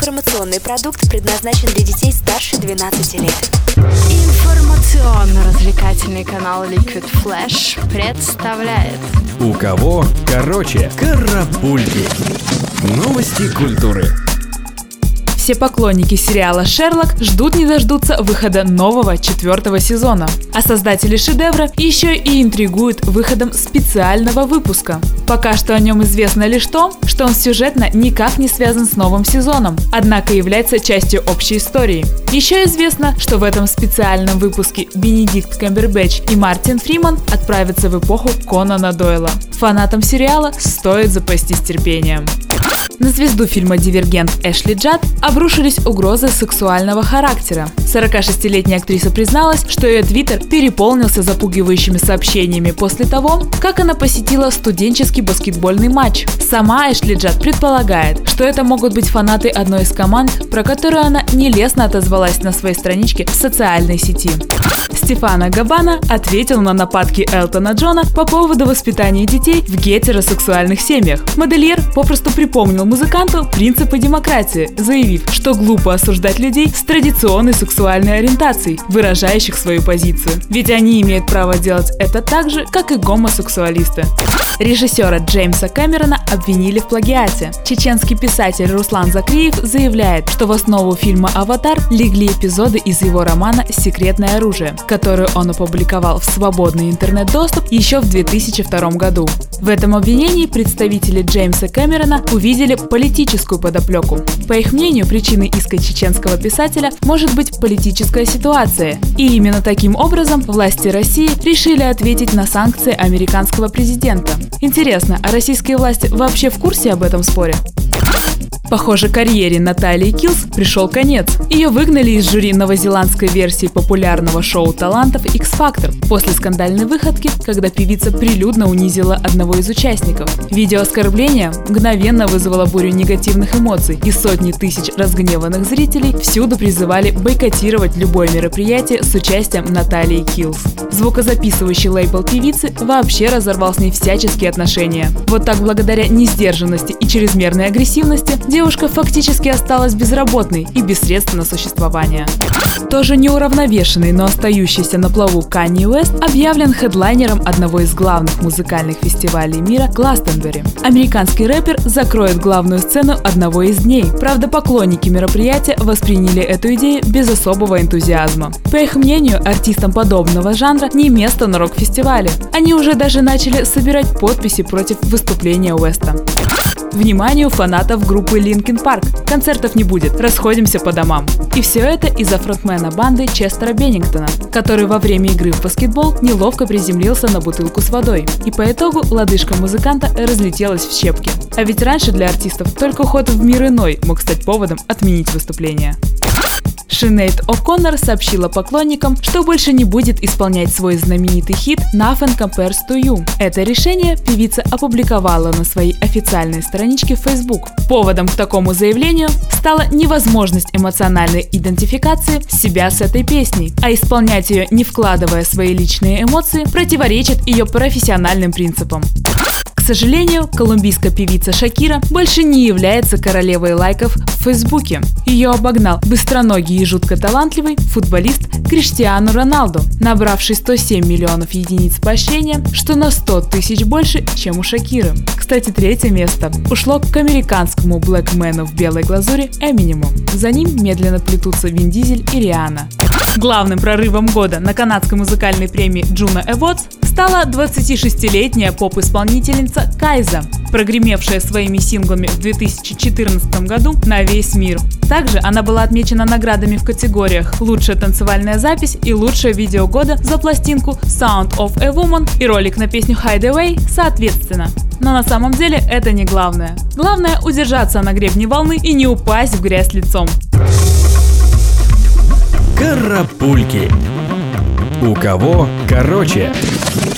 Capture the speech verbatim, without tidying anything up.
Информационный продукт предназначен для детей старше двенадцати лет. Информационно-развлекательный канал Liquid Flash представляет «У кого короче?» Карапульки. Новости культуры. Все поклонники сериала «Шерлок» ждут не дождутся выхода нового четвертого сезона. А создатели шедевра еще и интригуют выходом специального выпуска. Пока что о нем известно лишь то, что он сюжетно никак не связан с новым сезоном, однако является частью общей истории. Еще известно, что в этом специальном выпуске Бенедикт Камбербэтч и Мартин Фриман отправятся в эпоху Конана Дойла. Фанатам сериала стоит запастись терпением. На звезду фильма «Дивергент» Эшли Джад обрушились угрозы сексуального характера. сорокашестилетняя актриса призналась, что ее твиттер переполнился запугивающими сообщениями после того, как она посетила студенческий баскетбольный матч. Сама Эшли Джад предполагает, что это могут быть фанаты одной из команд, про которую она нелестно отозвалась на своей страничке в социальной сети. Стефано Габбана ответил на нападки Элтона Джона по поводу воспитания детей в гетеросексуальных семьях. Модельер попросту припомнил музыканту принципы демократии, заявив, что глупо осуждать людей с традиционной сексуальной ориентацией, выражающих свою позицию. Ведь они имеют право делать это так же, как и гомосексуалисты. Режиссера Джеймса Кэмерона обвинили в плагиате. Чеченский писатель Руслан Закриев заявляет, что в основу фильма «Аватар» легли эпизоды из его романа «Секретное оружие», которую он опубликовал в свободный интернет-доступ еще в две тысячи втором году. В этом обвинении представители Джеймса Кэмерона увидели политическую подоплеку. По их мнению, причиной иска чеченского писателя может быть политическая ситуация. И именно таким образом власти России решили ответить на санкции американского президента. Интересно, а российские власти вообще в курсе об этом споре? Похоже, карьере Наталии Киллс пришел конец. Ее выгнали из жюри новозеландской версии популярного шоу талантов X-Factor после скандальной выходки, когда певица прилюдно унизила одного из участников. Видео оскорбления мгновенно вызвало бурю негативных эмоций, и сотни тысяч разгневанных зрителей всюду призывали бойкотировать любое мероприятие с участием Наталии Киллс. Звукозаписывающий лейбл певицы вообще разорвал с ней всяческие отношения. Вот так, благодаря несдержанности и чрезмерной агрессивности, девушка фактически осталась безработной и без средств на существование. Тоже неуравновешенный, но остающийся на плаву Канье Уэст объявлен хедлайнером одного из главных музыкальных фестивалей мира Гластонбери. Американский рэпер закроет главную сцену одного из дней. Правда, поклонники мероприятия восприняли эту идею без особого энтузиазма. По их мнению, артистам подобного жанра не место на рок-фестивале. Они уже даже начали собирать подписи против выступления Уэста. Вниманию фанатов группы Linkin Park. Концертов не будет, расходимся по домам. И все это из-за фронтмена банды Честера Беннингтона, который во время игры в баскетбол неловко приземлился на бутылку с водой. И по итогу лодыжка музыканта разлетелась в щепки. А ведь раньше для артистов только уход в мир иной мог стать поводом отменить выступление. Шинейд О'Коннор сообщила поклонникам, что больше не будет исполнять свой знаменитый хит «Nothing Compares to You». Это решение певица опубликовала на своей официальной страничке в Facebook. Поводом к такому заявлению стала невозможность эмоциональной идентификации себя с этой песней, а исполнять ее, не вкладывая свои личные эмоции, противоречит ее профессиональным принципам. К сожалению, колумбийская певица Шакира больше не является королевой лайков в Фейсбуке. Ее обогнал быстроногий и жутко талантливый футболист Криштиану Роналду, набравший сто семь миллионов единиц поощрения, что на сто тысяч больше, чем у Шакиры. Кстати, третье место ушло к американскому блэкмену в белой глазури Эминему. За ним медленно плетутся Вин Дизель и Риhanna. Главным прорывом года на канадской музыкальной премии Juno Awards стала двадцатишестилетняя поп-исполнительница Кайза, прогремевшая своими синглами в две тысячи четырнадцатом году на весь мир. Также она была отмечена наградами в категориях «Лучшая танцевальная запись» и «Лучшее видео года» за пластинку «Sound of a Woman» и ролик на песню «Hideaway» соответственно. Но на самом деле это не главное. Главное — удержаться на гребне волны и не упасть в грязь лицом. Карапульки. У кого короче?